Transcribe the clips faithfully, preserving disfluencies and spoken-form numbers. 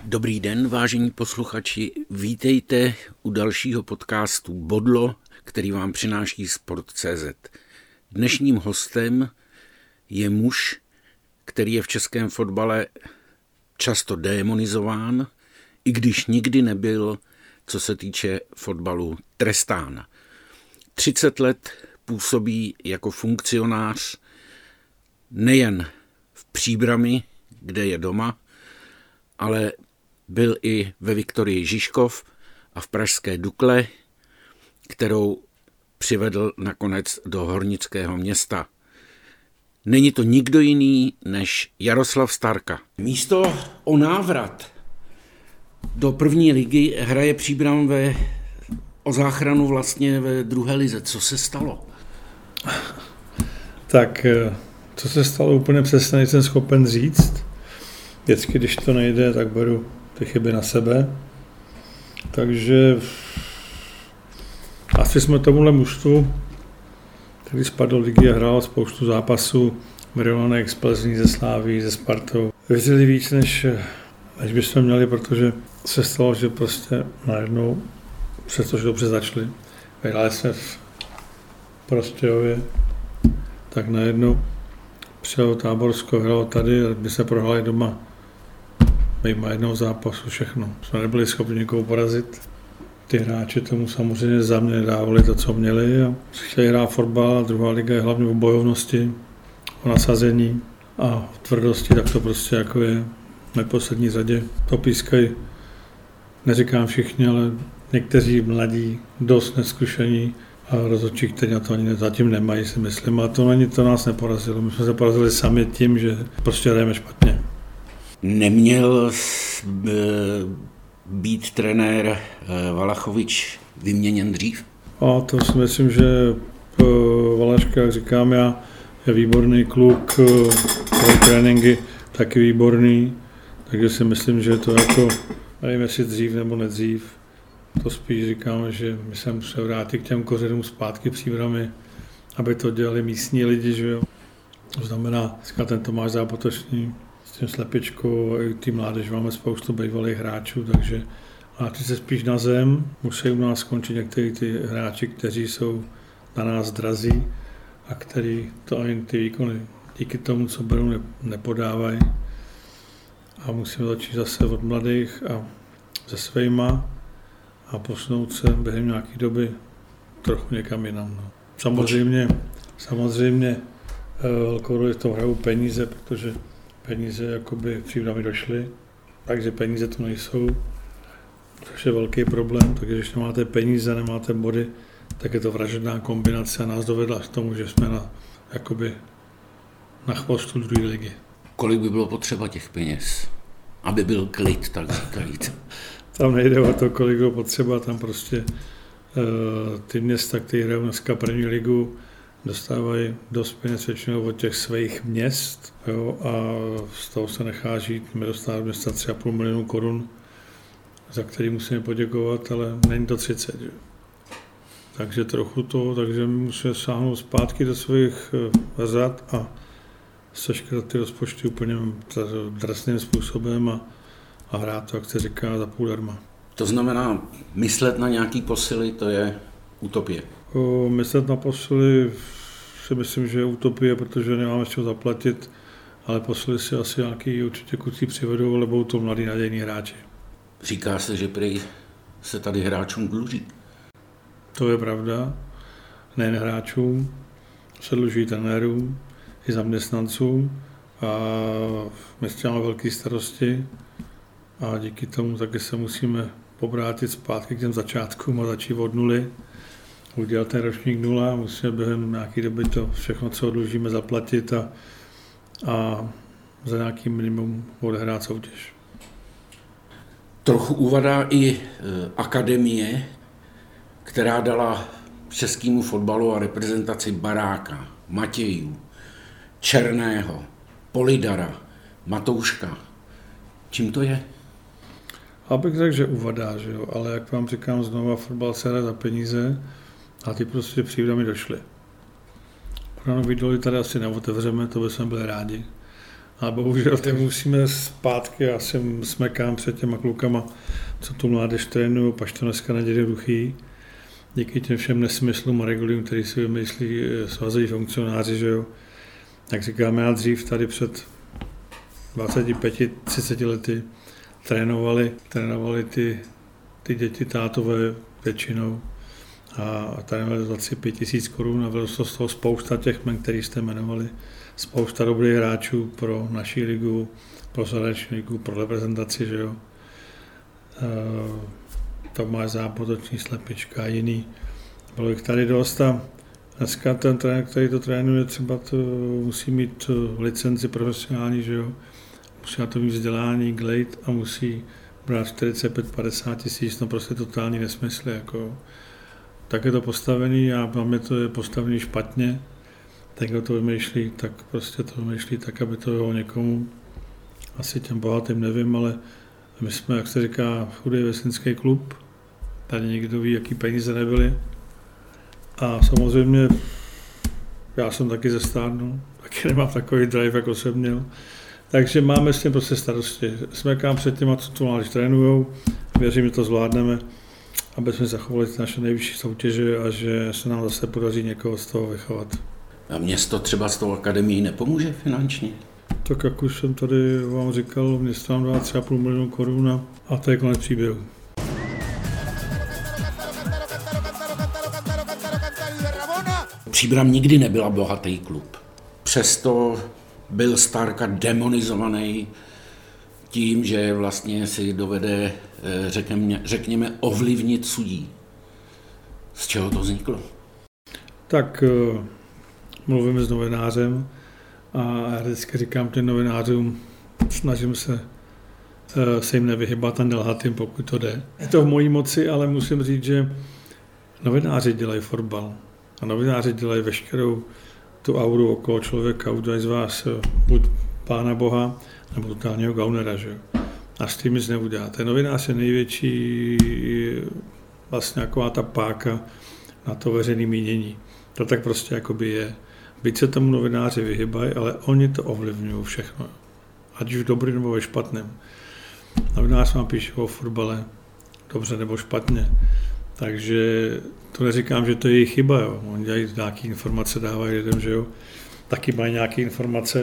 Dobrý den, vážení posluchači, vítejte u dalšího podcastu Bodlo, který vám přináší Sport tečka cé zet. Dnešním hostem je muž, který je v českém fotbale často démonizován, i když nikdy nebyl, co se týče fotbalu, trestán. třicet let působí jako funkcionář nejen v Příbrami, kde je doma, ale byl i ve Viktorii Žižkov a v pražské Dukle, kterou přivedl nakonec do Hornického Města. Není to nikdo jiný než Jaroslav Starka. Místo o návrat do první ligy hraje Příbram ve, o záchranu vlastně ve druhé lize. Co se stalo? Tak, co se stalo úplně přesně, nejsem schopen říct. Vždycky, když to nejde, tak beru ty chyby na sebe. Takže asi jsme tomuhle mužstvu, který spadl do ligy a hrál spoustu zápasů, milionek z Plzní, ze Sláví, ze Spartou, věřili víc, než, než bychom měli, protože se stalo, že prostě najednou, přestože dobře začali, vyhráli jsme v Prostějově, tak najednou přijel Táborsko, hrál tady a by se prohráli doma. Vyjma jednoho zápasu všechno. Jsme nebyli schopni někoho porazit. Ty hráči tomu samozřejmě za mě dávali to, co měli. A chtěli hrát fotbal a druhá liga je hlavně o bojovnosti, o nasazení a v tvrdosti, tak to prostě jako je v neposlední řadě. To pískají, neříkám všichni, ale někteří mladí, dost neskušení a rozhodčí, kteří na to ani zatím nemají, si myslím. A to není, to nás neporazilo. My jsme se porazili sami tím, že prostě hrajeme špatně. Neměl být trenér Valachovič vyměněn dřív? A to si myslím, že Valaška, jak říkám já, je výborný kluk, pro tréninky taky výborný, takže si myslím, že to jako, nevím jestli dřív nebo nedřív, to spíš říkám, že my se musíme vrátit k těm kořenům zpátky Příbrami, aby to dělali místní lidi, že jo. To znamená, říká ten Tomáš Zápotočný, s tím Slepičkou a i tým mládež máme spoustu bývalých hráčů, takže hráči se spíš na zem, musí u nás skončit některý ty hráči, kteří jsou na nás drazí a který to ani ty výkony díky tomu, co berou, nepodávají. A musíme začít zase od mladých a se svýma a posunout se během nějaké doby trochu někam jinam. No. Samozřejmě, samozřejmě velkou roli v tom hrajou peníze, protože peníze jakoby Příbrami došly, takže peníze tu nejsou, což je velký problém, takže když nemáte peníze, nemáte body, tak je to vražedná kombinace a nás dovedla k tomu, že jsme na, jakoby na chvostu druhé ligy. Kolik by bylo potřeba těch peněz, aby byl klid, tak říkajíc? Tam nejde o to, kolik bylo potřeba, tam prostě uh, ty města, které hrajou dneska první ligu, dostávají dost peněz většinou od těch svých měst, jo, a z toho se nechá žít. My dostáváme města tři a půl milionu korun, za který musíme poděkovat, ale není to třicet. Jo. Takže trochu to, takže my musíme sáhnout zpátky do svých řad a seškrat ty rozpočty úplně drsným způsobem a, a hrát to, jak se říká, za půl darma. To znamená, myslet na nějaký posily, to je utopie. O, myslet na posily si myslím, že je utopie, protože nemáme čeho zaplatit, ale posily si asi nějaký určitě kucí přivedou, ale budou to mladí nadějní hráči. Říká se, že prý se tady hráčům dluží. To je pravda. Nejen hráčům, se dluží trenérům i zaměstnancům a my máme velké starosti a díky tomu taky se musíme obrátit zpátky k těm začátkům a začít od nuly. Udělat ten ročník nula, musíme během nějaké doby to všechno, co dlužíme, zaplatit a, a za nějaký minimum odehrát soutěž. Trochu uvadá i e, akademie, která dala českému fotbalu a reprezentaci Baráka, Matějů, Černého, Polidara, Matouška. Čím to je? Abych řekl, že uvadá, že jo? Ale jak vám říkám znova, fotbal se hraje za peníze a ty prostě Příbrami došly. Pro nový doly tady asi neotevřeme, to bychom byli rádi. A bohužel ty musíme zpátky, já se smekám před těma klukama, co tu mládež trénují, pač to dneska není jednoduchý. Díky těm všem nesmyslům a regulím, který si vymyslí svazoví funkcionáři, že jo. Jak říkám, já dřív tady před dvaceti pěti třiceti lety trénovali, trénovali ty, ty děti tátové většinou a trénovali dvacet pět tisíc korun a bylo to z toho spousta těch men, který jste jmenovali. Spousta dobrých hráčů pro naši ligu, pro zahraniční ligu, pro reprezentaci, že jo. Tomáš Zápotočný, Slepička a jiný. Bylo jich tady dost a dneska ten trenér, který to trénuje, třeba to musí mít licenci profesionální, že jo. Musí na to mít vzdělání, glade a musí brát čtyřicet pět padesát tisíc, no prostě totální nesmysl. Jako. Tak je to postavený a máme to je postavený špatně. Ten, kdo to vymýšlí, tak prostě to vymýšlí tak, aby to bylo někomu, asi těm bohatým nevím, ale my jsme, jak se říká, chudý vesnický klub, tady někdo ví, jaký peníze nebyly. A samozřejmě já jsem taky zestárnul, taky nemám takový drive, jako jsem měl. Takže máme s tím prostě starosti. Smekám před těma, co tu mládež trénujou, věřím, že to zvládneme, aby jsme zachovali naše nejvyšší soutěže a že se nám zase podaří někoho z toho vychovat. A město třeba s tou akademií nepomůže finančně? Tak jak už jsem tady vám říkal, město nám dá tři a půl milionu korun a to je konec příběhu. Příbram nikdy nebyla bohatý klub. Přesto byl Stárka demonizovaný tím, že vlastně si dovede, řekněme, řekněme ovlivnit sudí. Z čeho to vzniklo? Tak mluvím s novinářem a já vždycky říkám těm novinářům, snažím se se jim nevyhybat a nelhat jim, pokud to jde. Je to v mojí moci, ale musím říct, že novináři dělají fotbal a novináři dělají veškerou tu auru okolo člověka, udělají z vás buď pána boha, nebo totálního gaunera, že? A s tím nic neuděláte. Novinář je největší vlastně taková ta páka na to veřejné mínění. To tak prostě jakoby je. Byť se tomu novináři vyhybají, ale oni to ovlivňují všechno. Ať už dobrý nebo ve špatném. Novinář vám píše o fotbale, dobře nebo špatně. Takže to neříkám, že to je jejich chyba. Jo. Oni dělají nějaké informace, dávají lidem, že jo. Taky mají nějaké informace.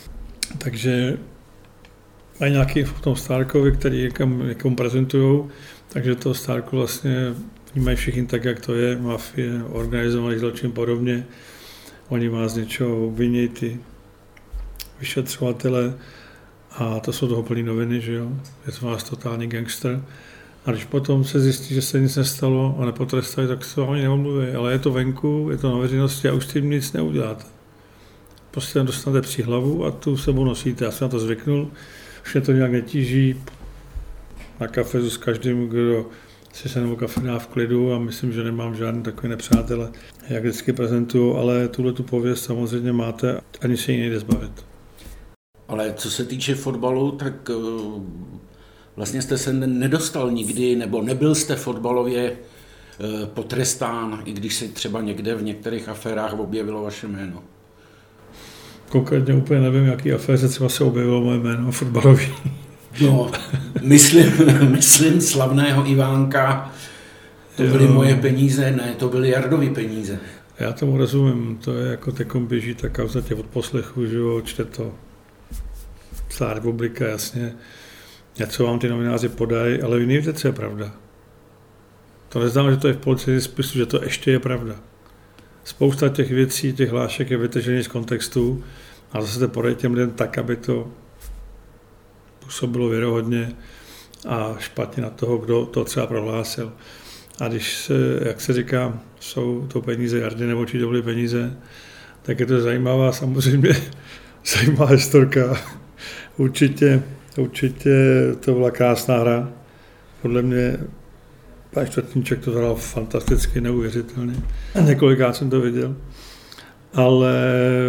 Takže mají nějaký v tom Stárkovi, který někam, někomu prezentujou, takže toho Stárku vlastně vnímají všichni tak, jak to je, mafie, organizovaný zločin podobně. Oni vás z něčeho obvinějí, ty vyšetřovatele, a to jsou toho plný noviny, že jo, je to vás totální gangster. A když potom se zjistí, že se nic nestalo a nepotrestají, tak se oni neomluví, ale je to venku, je to na veřejnosti a už s tím nic neuděláte. Prostě dostanete příhlavu a tu sebou nosíte. Já jsem na to zvyknul, už mě to nějak netíží. Na kafezu s každým, kdo si se nebo kafe dá v klidu a myslím, že nemám žádný takový nepřátele, jak vždycky prezentuju, ale tuhle tu pověst samozřejmě máte, ani se jí nejde zbavit. Ale co se týče fotbalu, tak vlastně jste se nedostal nikdy, nebo nebyl jste fotbalově potrestán, i když se třeba někde v některých aférách objevilo vaše jméno. Konkrétně úplně nevím, jaký aféře třeba se objevilo moje jméno fotbalový. No, myslím, myslím slavného Ivánka, to byly jo. Moje peníze, ne, to byly Jardovy peníze. Já tomu rozumím, to je jako teďkom běží ta kauza těch odposlechů, že jo, čte to celá republika, jasně, něco vám ty novináři podají, ale vy nevíte, co je pravda. To neznamená, že to je v policejním spisu, že to ještě je pravda. Spousta těch věcí, těch hlášek je vytažených z kontextu a zase to podají těm lidem tak, aby to působilo věrohodně a špatně na toho, kdo to třeba prohlásil. A když se, jak se říká, jsou to peníze Jardy nebo či dobyly peníze, tak je to zajímavá, samozřejmě zajímavá historka. Určitě, určitě to byla krásná hra. Podle mě pan Čtvrtníček to hrál fantasticky, neuvěřitelně. Několikrát jsem to viděl. Ale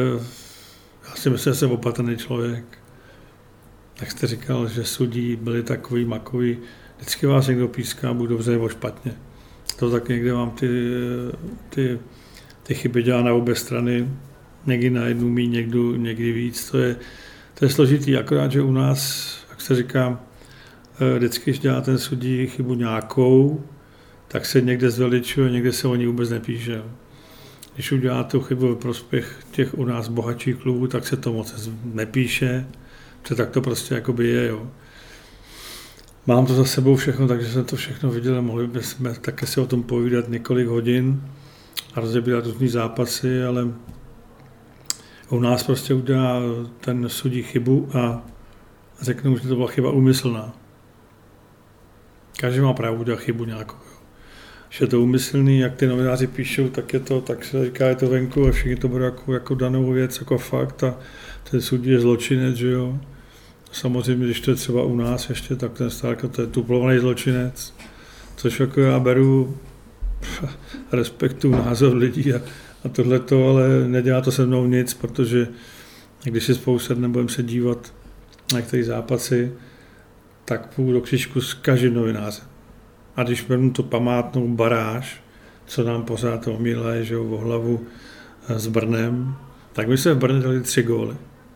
já si myslím, že jsem opatrný člověk. Jak jste říkal, že sudí byli takový makový, vždycky vás někdo píská, buď dobře nebo špatně. To tak někde vám ty, ty, ty chyby dělá na obě strany, někdy na jednu míň, někdy, někdy víc. To je, To je složitý, akorát, že u nás, jak se říká, vždycky, když dělá ten sudí chybu nějakou, tak se někde zveličuje, někde se o ní vůbec nepíše. Když udělá tu chybu ve prospěch těch u nás bohatších klubů, tak se to moc nepíše, protože tak to prostě jakoby je. Jo. Mám to za sebou všechno, takže jsem to všechno viděl a mohli bychom také si o tom povídat několik hodin a rozebírat různý zápasy, ale u nás prostě udělá ten sudí chybu a řeknu, že to byla chyba úmyslná. Každý má právo udělat chybu nějakou. Že je to úmyslný, jak ty novináři píšou, tak je to, tak se říká, je to venku a všichni to budou jako, jako danou věc, jako fakt a ten sudí je zločinec, že jo. Samozřejmě, když to je třeba u nás ještě, tak ten Stárka, to je tuplovaný zločinec, což jako já beru, respektuju názor lidí a, a tohleto, ale nedělá to se mnou nic, protože když si spolu sedneme, budeme se dívat na některé zápasy, tak půjdu do křičku s každým novinářem. A když vezmu tu památnou baráž, co nám pořád omílají, že jo, o hlavu s Brnem, tak my jsme v Brně dali tři góly.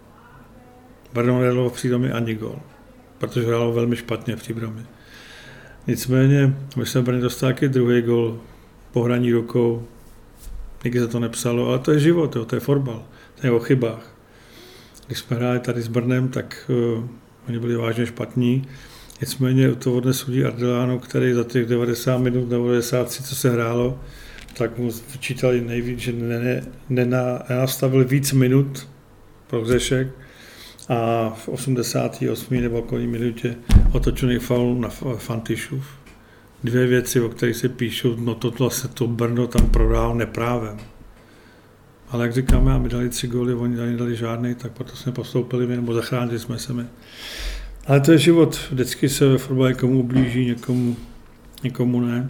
Brno nedalo v Příbrami ani gól, protože hrálo velmi špatně v Příbrami. Nicméně, my jsme v Brně dostali taky druhý gól po hraní rukou, nikdy se to nepsalo, ale to je život, jo, to je fotbal, to je o chybách. Když jsme hráli tady s Brnem, tak uh, oni byli vážně špatní. Nicméně to odnesudí Ardelánu, který za těch devadesát minut nebo devadesát tři, co se hrálo, tak mu vyčítali nejvíc, že nenastavil víc minut pro hřešek a v osmdesáté osmé nebo kolik minutě otočený faul na Fantišův. Dvě věci, o kterých se píšou, no to vlastně to Brno tam prohrál neprávem. Ale jak říkáme, my dali tři góly, oni dali, dali žádnej, tak proto jsme postoupili, nebo zachránili jsme se my. Ale to je život, vždycky se ve fotbale někomu ublíží, někomu, někomu ne.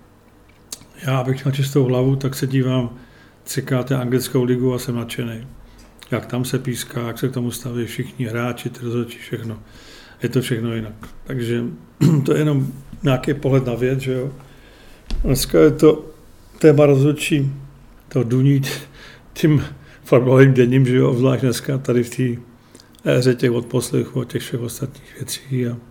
Já, abych měl čistou hlavu, tak se dívám třikrát anglickou ligu a jsem nadšený. Jak tam se píská, jak se k tomu staví všichni hráči, rozhodčí, všechno. Je to všechno jinak. Takže to je jenom nějaký pohled na věc, že jo. Dneska je to téma rozhodčí, to duní tím fotbalovým děním, že jo, obzvlášť dneska tady v té éře těch odposlechů a těch všech ostatních věcí a,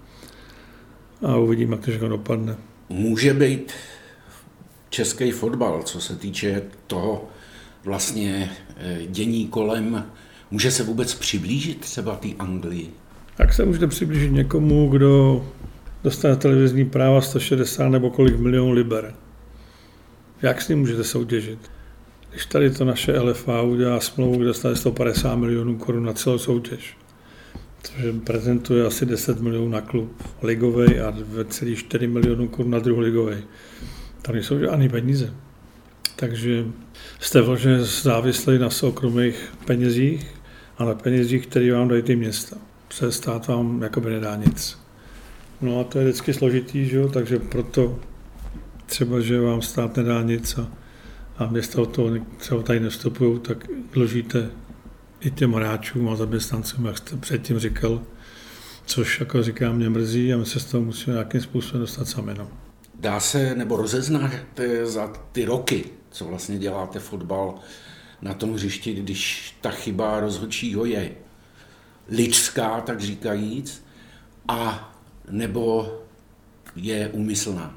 a uvidíme, jak to všechno dopadne. Může být český fotbal, co se týče toho vlastně dění kolem, může se vůbec přiblížit třeba té Anglii? Tak se můžete přiblížit někomu, kdo dostane televizní práva sto šedesát nebo kolik milionů liber. Jak s ním můžete soutěžit? Když tady to naše L F A udělá smlouvu, kde dostane sto padesát milionů korun na celou soutěž, což prezentuje asi deset milionů na klub ligovej a dvě celá čtyři milionů korun na druholigovej. To nejsou žádný peníze. Takže jste vloženě závislí na soukromých penězích a na penězích, které vám dají ty města. Se stát vám jakoby nedá nic. No a to je vždycky složitý, že jo? Takže proto třeba, že vám stát nedá nic a, a města o toho třeba tady nevstupují, tak dlužíte i těm hráčům a zaměstnancům, jak jste předtím říkal, což jako říkám, mě mrzí a my se z toho musíme nějakým způsobem dostat sami. No. Dá se, nebo rozeznáte za ty roky, co vlastně děláte fotbal na tom hřišti, když ta chyba rozhodčího je lidská, tak říkajíc, a nebo je úmyslná?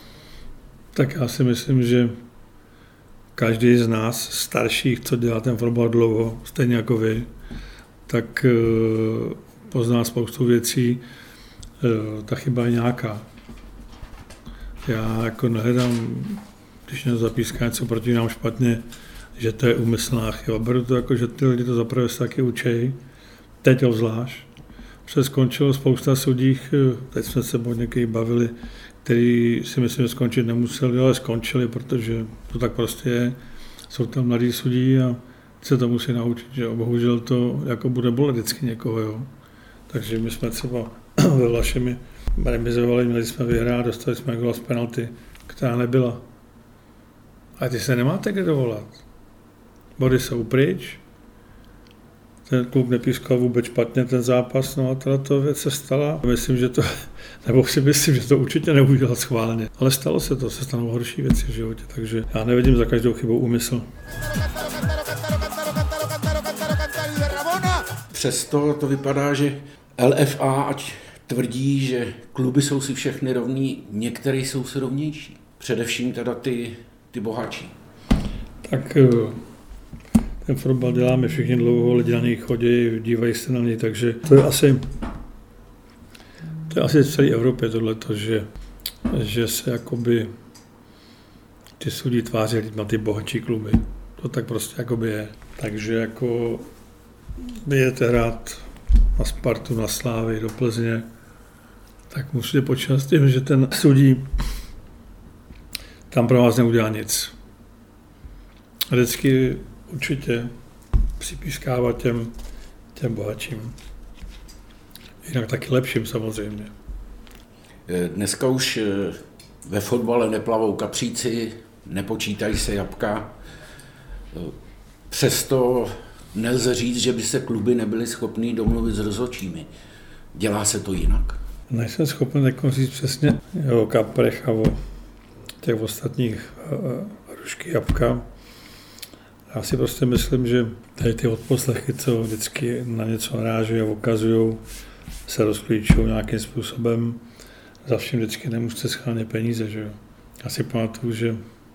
Tak já si myslím, že každý z nás, starších, co dělá ten fotbal dlouho, stejně jako vy, tak pozná spoustu věcí, ta chyba je nějaká. Já jako nehledám, když něco zapíská něco proti nám špatně, že to je úmyslná chyba. Beru to jako, že ty lidi to zaprvé se taky učejí, teď obzvlášť. Protože skončilo spousta sudích, teď jsme se o někdy bavili, který si myslím, že skončit nemuseli, ale skončili, protože to tak prostě je. Jsou tam mladí sudí a se to musí naučit, že jo. Bohužel to jako bude bolet vždycky někoho, jo. Takže my jsme třeba ve Vlašemi remizovali, měli jsme vyhrát, dostali jsme góla z penalty, která nebyla. A ty se nemáte kde dovolat. Body jsou pryč, ten klub nepískal vůbec špatně ten zápas, no a tato věc se stala. Myslím, že to, nebo si myslím, že to určitě neudělal schválně. Ale stalo se to, se stanou horší věci v životě, takže já nevidím za každou chybu úmysl. přesto to vypadá, že L F A ať tvrdí, že kluby jsou si všechny rovní, některé jsou si rovnější. Především teda ty, ty bohatší. Tak ten fotbal děláme všichni dlouho, lidi na něj chodí, dívají se na něj, takže to je asi, to je asi v celé Evropě tohleto, že, že se jakoby ty sudí tváří lidma ty bohatší kluby. To tak prostě jakoby je. Takže jako vy jdete hrát na Spartu, na Slávy, do Plzně, tak musíte počítat s tím, že ten sudí tam pro vás neudělá nic. A vždycky určitě připískávat těm, těm bohatším. Jinak taky lepším samozřejmě. Dneska už ve fotbale neplavou kapříci, nepočítají se jabka. Přesto nelze říct, že by se kluby nebyly schopný domluvit s rozhodčími. Dělá se to jinak? Nejsem schopen jako říct přesně o kaprech a o těch ostatních hrušky jabka. Já si prostě myslím, že tady ty odposlechy, co vždycky na něco narážují a ukazují, se rozklíčují nějakým způsobem. Za vším vždycky nemusíte schánět peníze, že jo. Já si pamatuju, že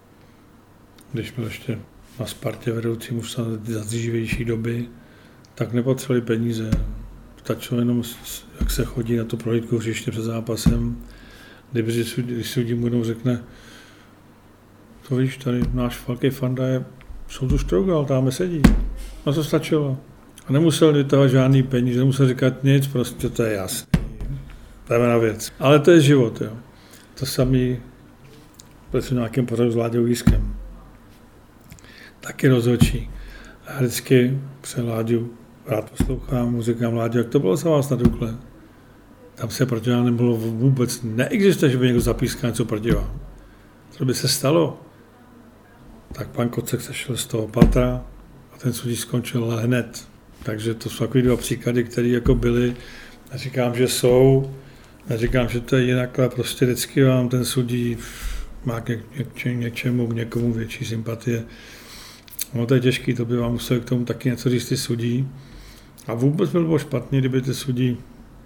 když byl ještě na Spartě vedoucí muž za dřívější doby, tak nepotřebovali peníze. Stačilo jenom, jak se chodí na to prohlídku hřiště před zápasem. Když sudí mu jenom řekne, to víš, tady náš velký fanda je, jsou tu Štrougal, tam sedí. A to stačilo. A nemusel vytahovat žádný peníze, nemusel říkat nic, prostě to je jasný. Jdeme na věc. Ale to je život, jo. To samý prostě nějakým pořadu s Láďou Jískem. Taky rozhodčí. Já vždycky před Láďu rád poslouchám, mu říkám, Láďo, jak to bylo za vás na Dukle? Tam se proti vám nebylo vůbec, neexistuje, že by někdo zapískal něco proti vám. Co by se stalo? Tak pan Kocek sešel z toho patra a ten sudí skončil hned. Takže to jsou takové dva příklady, které jako byly. Neříkám, že jsou, neříkám, že to je jinak, ale prostě vždycky vám ten sudí má k něčemu, k někomu větší sympatie. No to je těžký, to by vám museli k tomu taky něco říct ty sudí. A vůbec by bylo špatný, kdyby ty sudí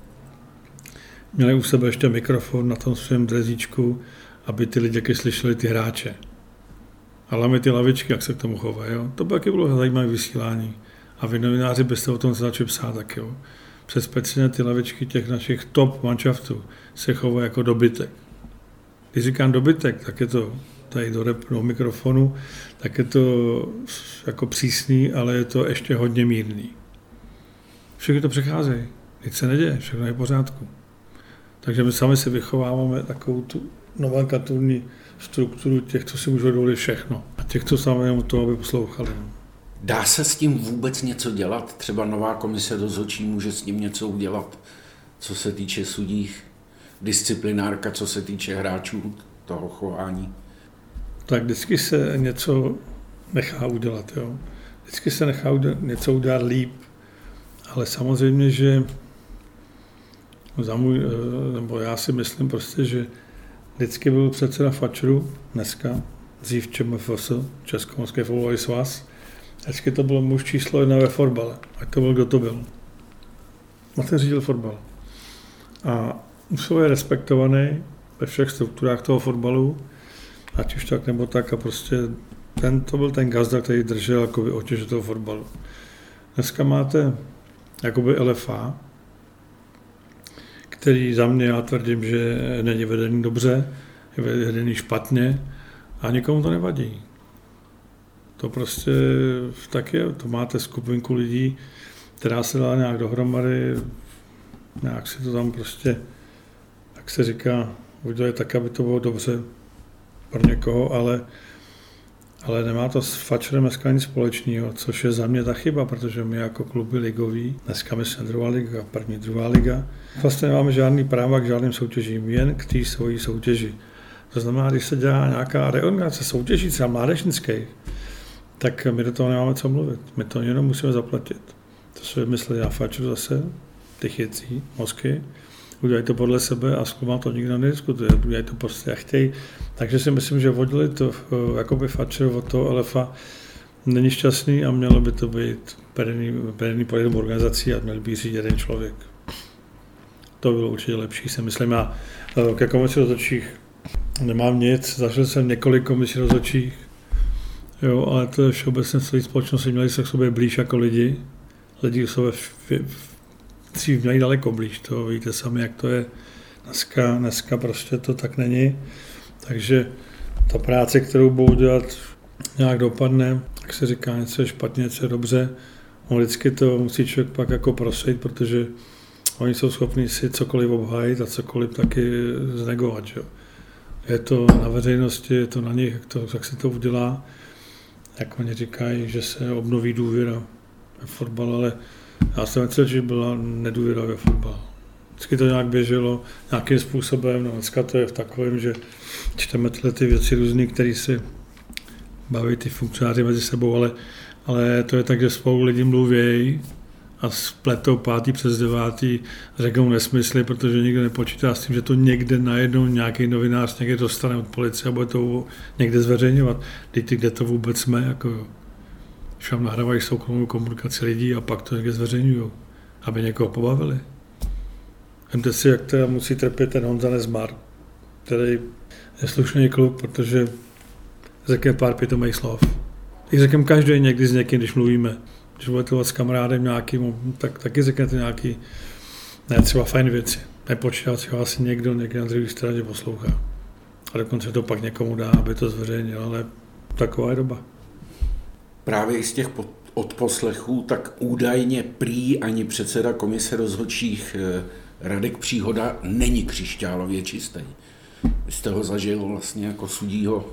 měli u sebe ještě mikrofon na tom svém drezíčku, aby ty lidi slyšeli ty hráče. A hlavně ty lavičky, jak se k tomu chovají. Jo? To by taky bylo zajímavé vysílání. A vy novináři byste o tom začali psát tak, jo. Přes speciálně ty lavičky těch našich top manšaftů se chovají jako dobytek. Když říkám dobytek, tak je to tady do, rep, do mikrofonu, tak je to jako přísný, ale je to ještě hodně mírný. Všichni to přecházejí, nic se neděje, všechno je v pořádku. Takže my sami si vychováváme takovou tu nomenklaturní strukturu těch, co si můžou dovolit všechno. A těch, co sami jenom to, aby poslouchali. Dá se s tím vůbec něco dělat? Třeba nová komise dozorčí může s tím něco udělat, co se týče sudí, disciplinárka, co se týče hráčů, toho chování? Tak vždycky se něco nechá udělat. Jo. Vždycky se nechá udělat, něco udělat líp. Ale samozřejmě, že za můj, nebo já si myslím prostě, že vždycky byl předseda Fačru, dneska, dřív ČMFS, Českomoravský fotbalový svaz. Vždycky to bylo muž číslo jedna ve fotbale. Ať to byl, kdo to byl. A ten řídil fotbal. A musel je respektovaný ve všech strukturách toho fotbalu, ať už tak nebo tak. A prostě ten, to byl ten gazda, který držel jakoby otěže toho fotbalu. Dneska máte jakoby L F A, který za mě, já tvrdím, že není vedený dobře, je vedený špatně a nikomu to nevadí. To prostě tak je, to máte skupinku lidí, která se dá nějak dohromady, nějak si to tam prostě, jak se říká, udělat tak, aby to bylo dobře pro někoho, ale, ale nemá to s Fačerem dneska nic společného, což je za mě ta chyba, protože my jako kluby ligový, dneska my jsme druhá liga, první druhá liga, vlastně nemáme žádný práva k žádným soutěžím, jen k té svojí soutěži. To znamená, když se dělá nějaká reorganizace soutěží, třeba mládežnických, tak my do toho nemáme co mluvit. My to jenom musíme zaplatit. To se vymysleli na Fačeru zase, ty chycí, mozky, udělají to podle sebe a s klubem to nikdo nediskutuje, udělají to prostě jak chtějí. Takže si myslím, že vodili to jakoby Fačeru od toho L F A není šťastný a mělo by to být vedený poradem organizací a měl by říct jeden člověk. To bylo určitě lepší, si myslím. Já ke komisi rozhodčích nemám nic, zažil jsem několik komisí rozhodčích, jo, ale to je všeobecně celé společnosti, měli se k sobě blíž jako lidi. Lidi k sobě dřív měli daleko blíž, to víte sami, jak to je. Dneska, dneska prostě to tak není. Takže ta práce, kterou budou dělat, nějak dopadne, tak se říká, něco je špatně, něco je dobře. On vždycky to musí člověk pak jako prosejt, protože oni jsou schopni si cokoliv obhájit a cokoliv taky znegovat. Že? Je to na veřejnosti, je to na nich, jak, to, jak se to udělá. Jak oni říkají, že se obnoví důvěra ve fotbal, ale já jsem myslel, že byla nedůvěra ve fotbal. Vždycky to nějak běželo nějakým způsobem, no dneska to je v takovém, že čteme tyhle ty věci různý, které si baví ty funkcionáři mezi sebou, ale, ale to je tak, že spolu lidi mluvějí a spletou pátý přes devátý, řeknou nesmysly, protože nikdo nepočítá s tím, že to někde najednou nějaký novinář někde dostane od policie a bude to někde zveřejňovat. Teď kde to vůbec jsme, jako když vám nahrávají soukromou komunikaci lidí a pak to někde zveřejňují, aby někoho pobavili. Vemte si, jak teda musí trpět ten Honza Nezmar, který je slušný kluk, protože řekne pár pitomých slov. Ich řeknem každý někdy s někým, když mluvíme. Když budete s kamarádem nějakým, tak taky řeknete nějaký, ne třeba fajn věci. Nepočítá si vás někdo někde na druhé straně poslouchá. A dokonce to pak někomu dá, aby to zveřejnil, ale taková je doba. Právě i z těch odposlechů, tak údajně prý ani předseda komise rozhodčích Radek Příhoda není křišťálově čistý. Vy jste ho zažil vlastně jako sudího.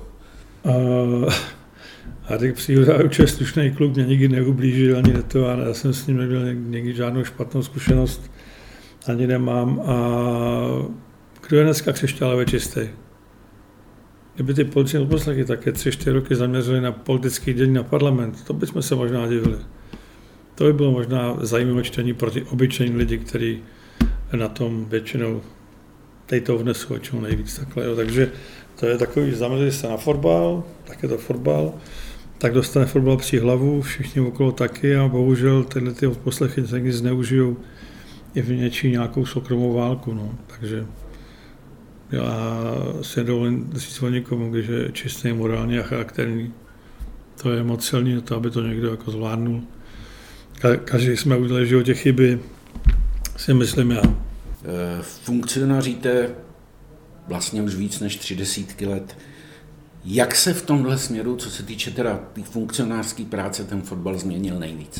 Uh, Radek Příhoda je určitě slušný kluk, mě nikdy neublížil ani to, já jsem s ním neměl někdy žádnou špatnou zkušenost, ani nemám. A kdo je dneska křišťálově čistý? Kdyby ty policijní odposlechy také tři, čtyři roky zaměřili na politický dění na parlament, to bychom se možná divili. To by bylo možná zajímavé čtení pro ty obyčejní lidi, kteří na tom většinou teď to vnesu většinou nejvíc. Takhle, jo. Takže to je takový, že zaměřili se na fotbal, tak je to fotbal, tak dostane fotbal při hlavu, všichni okolo taky a bohužel tyhle ty odposlechy se někdy zneužijou i v něčí nějakou soukromou válku. No. Takže já si dovolím říct o někomu, když je čistý, morální a charakterní. To je moc silný na to, aby to někdo jako zvládnul. Každý jsme udělali v životě chyby, si myslím já. Funkcionaříte vlastně už víc než tři desítky let. Jak se v tomhle směru, co se týče teda té funkcionářské práce, ten fotbal změnil nejvíc?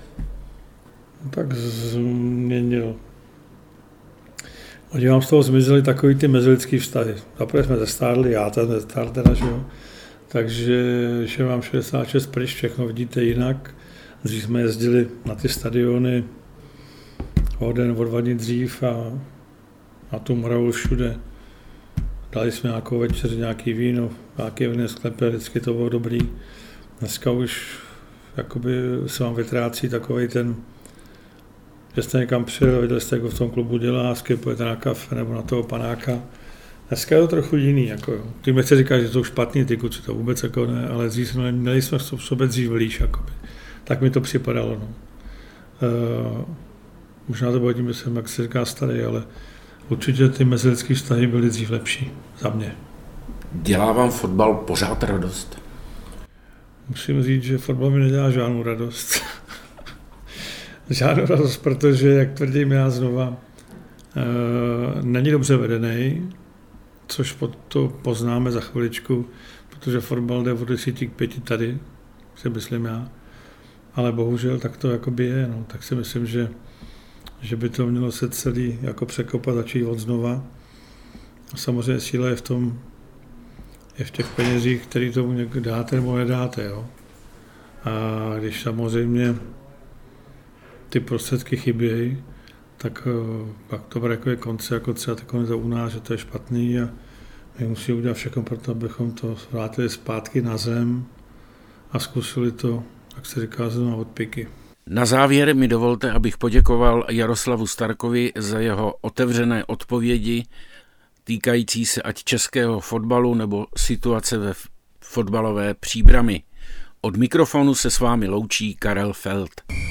Tak změnil. Oni vám z toho zmizeli takový ty mezilidský vztahy. Zaprvé jsme zestárli, já ten zestárl teda, že jo. Takže když je vám šedesát šest pryč, všechno vidíte jinak. Dřív jsme jezdili na ty stadiony o den, o dva dní dřív a na tu Moravu všude. Dali jsme nějakou večeři, nějaký víno, nějaké víno sklepy, vždycky to bylo dobrý. Dneska už jakoby se vám vytrácí takovej ten, že jste někam přijel, viděli jste, jak ho v tom klubu dělá, skipujete na kafe nebo na toho panáka. Dneska je to trochu jiný. Jako, tím nechci říkat, že to jsou špatný ty kluci, to vůbec jako ne, ale dřív jsme, měli jsme v sobě dřív blíž. Jakoby. Tak mi to připadalo. No. Uh, možná to bylo tím, že jsem, jak se říká, starý, ale určitě ty mezilidské vztahy byly dřív lepší za mě. Dělá vám fotbal pořád radost? Musím říct, že fotbal mi nedělá žádnou radost. žádnou radost, protože, jak tvrdím já znova, uh, není dobře vedený, což to poznáme za chviličku, protože fotbal jde od desíti k pěti tady, si myslím já. Ale bohužel tak to jakoby je, no. Tak si myslím, že, že by to mělo se celý jako překopat, začít od znova. A samozřejmě síla je v tom, je v těch penězích, který tomu někdo dáte nebo nedáte, jo. A když samozřejmě ty prostředky chybějí, tak pak to bude jako je konce, jako třeba takové to u nás, že to je špatný a my musíme udělat všechno pro to, abychom to vrátili zpátky na zem a zkusili to, jak se říká, znovu od piky. Na závěr mi dovolte, abych poděkoval Jaroslavu Starkovi za jeho otevřené odpovědi týkající se ať českého fotbalu nebo situace ve fotbalové Příbrami. Od mikrofonu se s vámi loučí Karel Feld.